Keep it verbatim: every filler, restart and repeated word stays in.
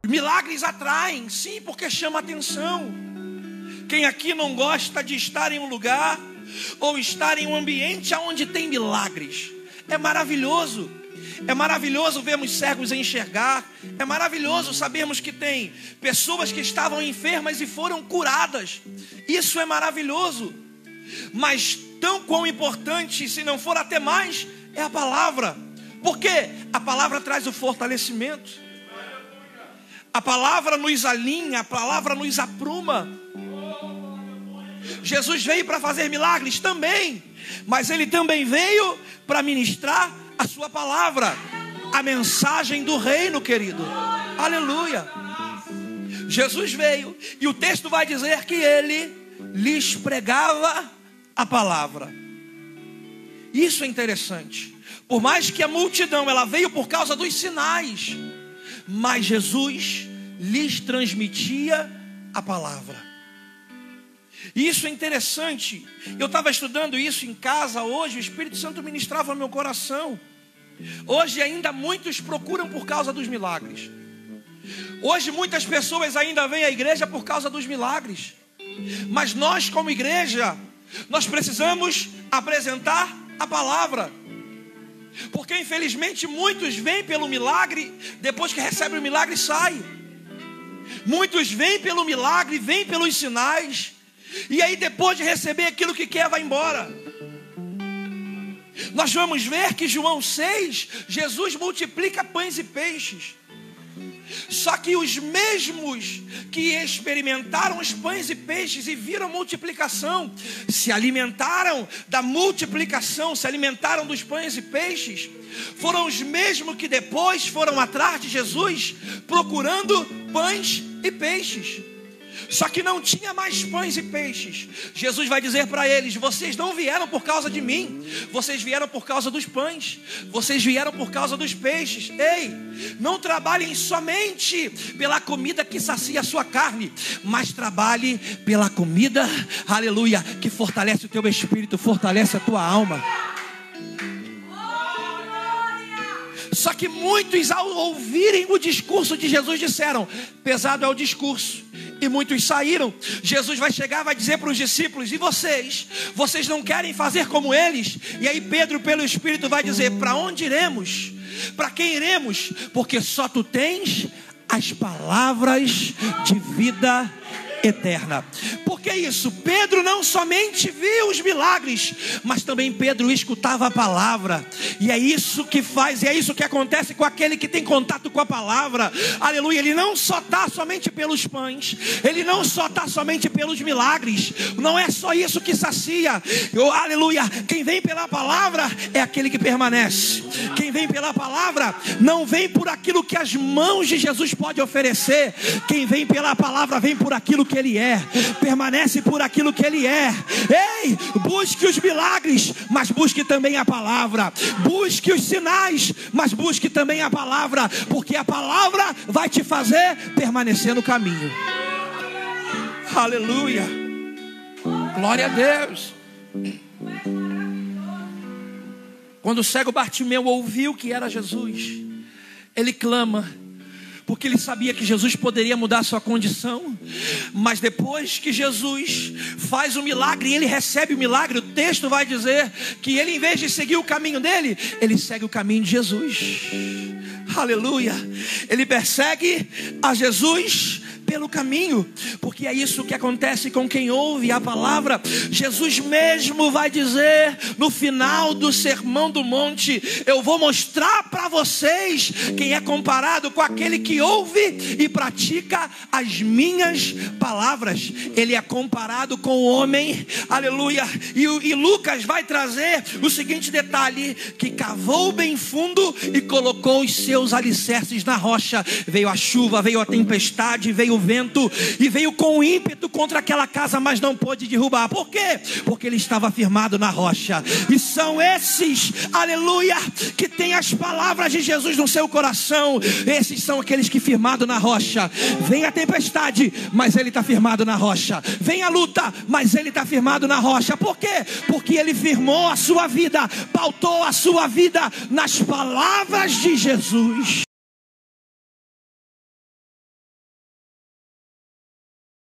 Milagres atraem, sim, porque chama atenção. Quem aqui não gosta de estar em um lugar ou estar em um ambiente onde tem milagres? É maravilhoso. É maravilhoso vermos cegos enxergar. É maravilhoso sabermos que tem pessoas que estavam enfermas e foram curadas. Isso é maravilhoso. Mas tão quão importante, se não for até mais, é a palavra. Porque a palavra traz o fortalecimento. A palavra nos alinha, a palavra nos apruma. Jesus veio para fazer milagres também, mas Ele também veio para ministrar a sua palavra, a mensagem do reino, querido. Aleluia. Jesus veio e o texto vai dizer que Ele lhes pregava a palavra. Isso é interessante. Por mais que a multidão ela veio por causa dos sinais, mas Jesus lhes transmitia a palavra. Isso é interessante. Eu estava estudando isso em casa hoje. O Espírito Santo ministrava no meu coração. Hoje ainda muitos procuram por causa dos milagres. Hoje muitas pessoas ainda vêm à igreja por causa dos milagres. Mas nós como igreja, nós precisamos apresentar a palavra. Porque infelizmente muitos vêm pelo milagre, depois que recebem o milagre saem. Muitos vêm pelo milagre, vêm pelos sinais, e aí depois de receber aquilo que quer, vai embora. Nós vamos ver que João seis, Jesus multiplica pães e peixes. Só que os mesmos que experimentaram os pães e peixes e viram multiplicação, se alimentaram da multiplicação, se alimentaram dos pães e peixes, foram os mesmos que depois foram atrás de Jesus procurando pães e peixes. Só que não tinha mais pães e peixes. Jesus vai dizer para eles: vocês não vieram por causa de mim, vocês vieram por causa dos pães, vocês vieram por causa dos peixes. Ei, não trabalhem somente pela comida que sacia a sua carne, mas trabalhe pela comida, aleluia, que fortalece o teu espírito, fortalece a tua alma. Só que muitos, ao ouvirem o discurso de Jesus, disseram: pesado é o discurso. E muitos saíram. Jesus vai chegar, vai dizer para os discípulos: e vocês? Vocês não querem fazer como eles? E aí Pedro, pelo Espírito, vai dizer: para onde iremos? Para quem iremos? Porque só tu tens as palavras de vida eterna. Por que isso? Pedro não somente viu os milagres, mas também Pedro escutava a palavra. E é isso que faz, e é isso que acontece com aquele que tem contato com a palavra. Aleluia. Ele não só está somente pelos pães, ele não só está somente pelos milagres. Não é só isso que sacia. Eu, aleluia. Quem vem pela palavra é aquele que permanece. Quem vem pela palavra não vem por aquilo que as mãos de Jesus podem oferecer. Quem vem pela palavra vem por aquilo que Ele é, permanece por aquilo que Ele é. Ei, busque os milagres, mas busque também a palavra. Busque os sinais, mas busque também a palavra, porque a palavra vai te fazer permanecer no caminho. Aleluia. Glória a Deus. Quando o cego Bartimeu ouviu que era Jesus, ele clama, porque ele sabia que Jesus poderia mudar a sua condição. Mas depois que Jesus faz o milagre e ele recebe o milagre, o texto vai dizer que ele, em vez de seguir o caminho dele, ele segue o caminho de Jesus. Aleluia. Ele persegue a Jesus pelo caminho, porque é isso que acontece com quem ouve a palavra. Jesus mesmo vai dizer no final do Sermão do Monte: eu vou mostrar para vocês quem é comparado com aquele que ouve e pratica as minhas palavras. Ele é comparado com o homem, aleluia, e, e Lucas vai trazer o seguinte detalhe: que cavou bem fundo e colocou os seus alicerces na rocha. Veio a chuva, veio a tempestade, veio o vento e veio com ímpeto contra aquela casa, mas não pôde derrubar. Por quê? Porque ele estava firmado na rocha. E são esses, aleluia, que tem as palavras de Jesus no seu coração. Esses são aqueles que firmado na rocha. Vem a tempestade, mas ele está firmado na rocha. Vem a luta, mas ele está firmado na rocha. Por quê? Porque ele firmou a sua vida, pautou a sua vida nas palavras de Jesus.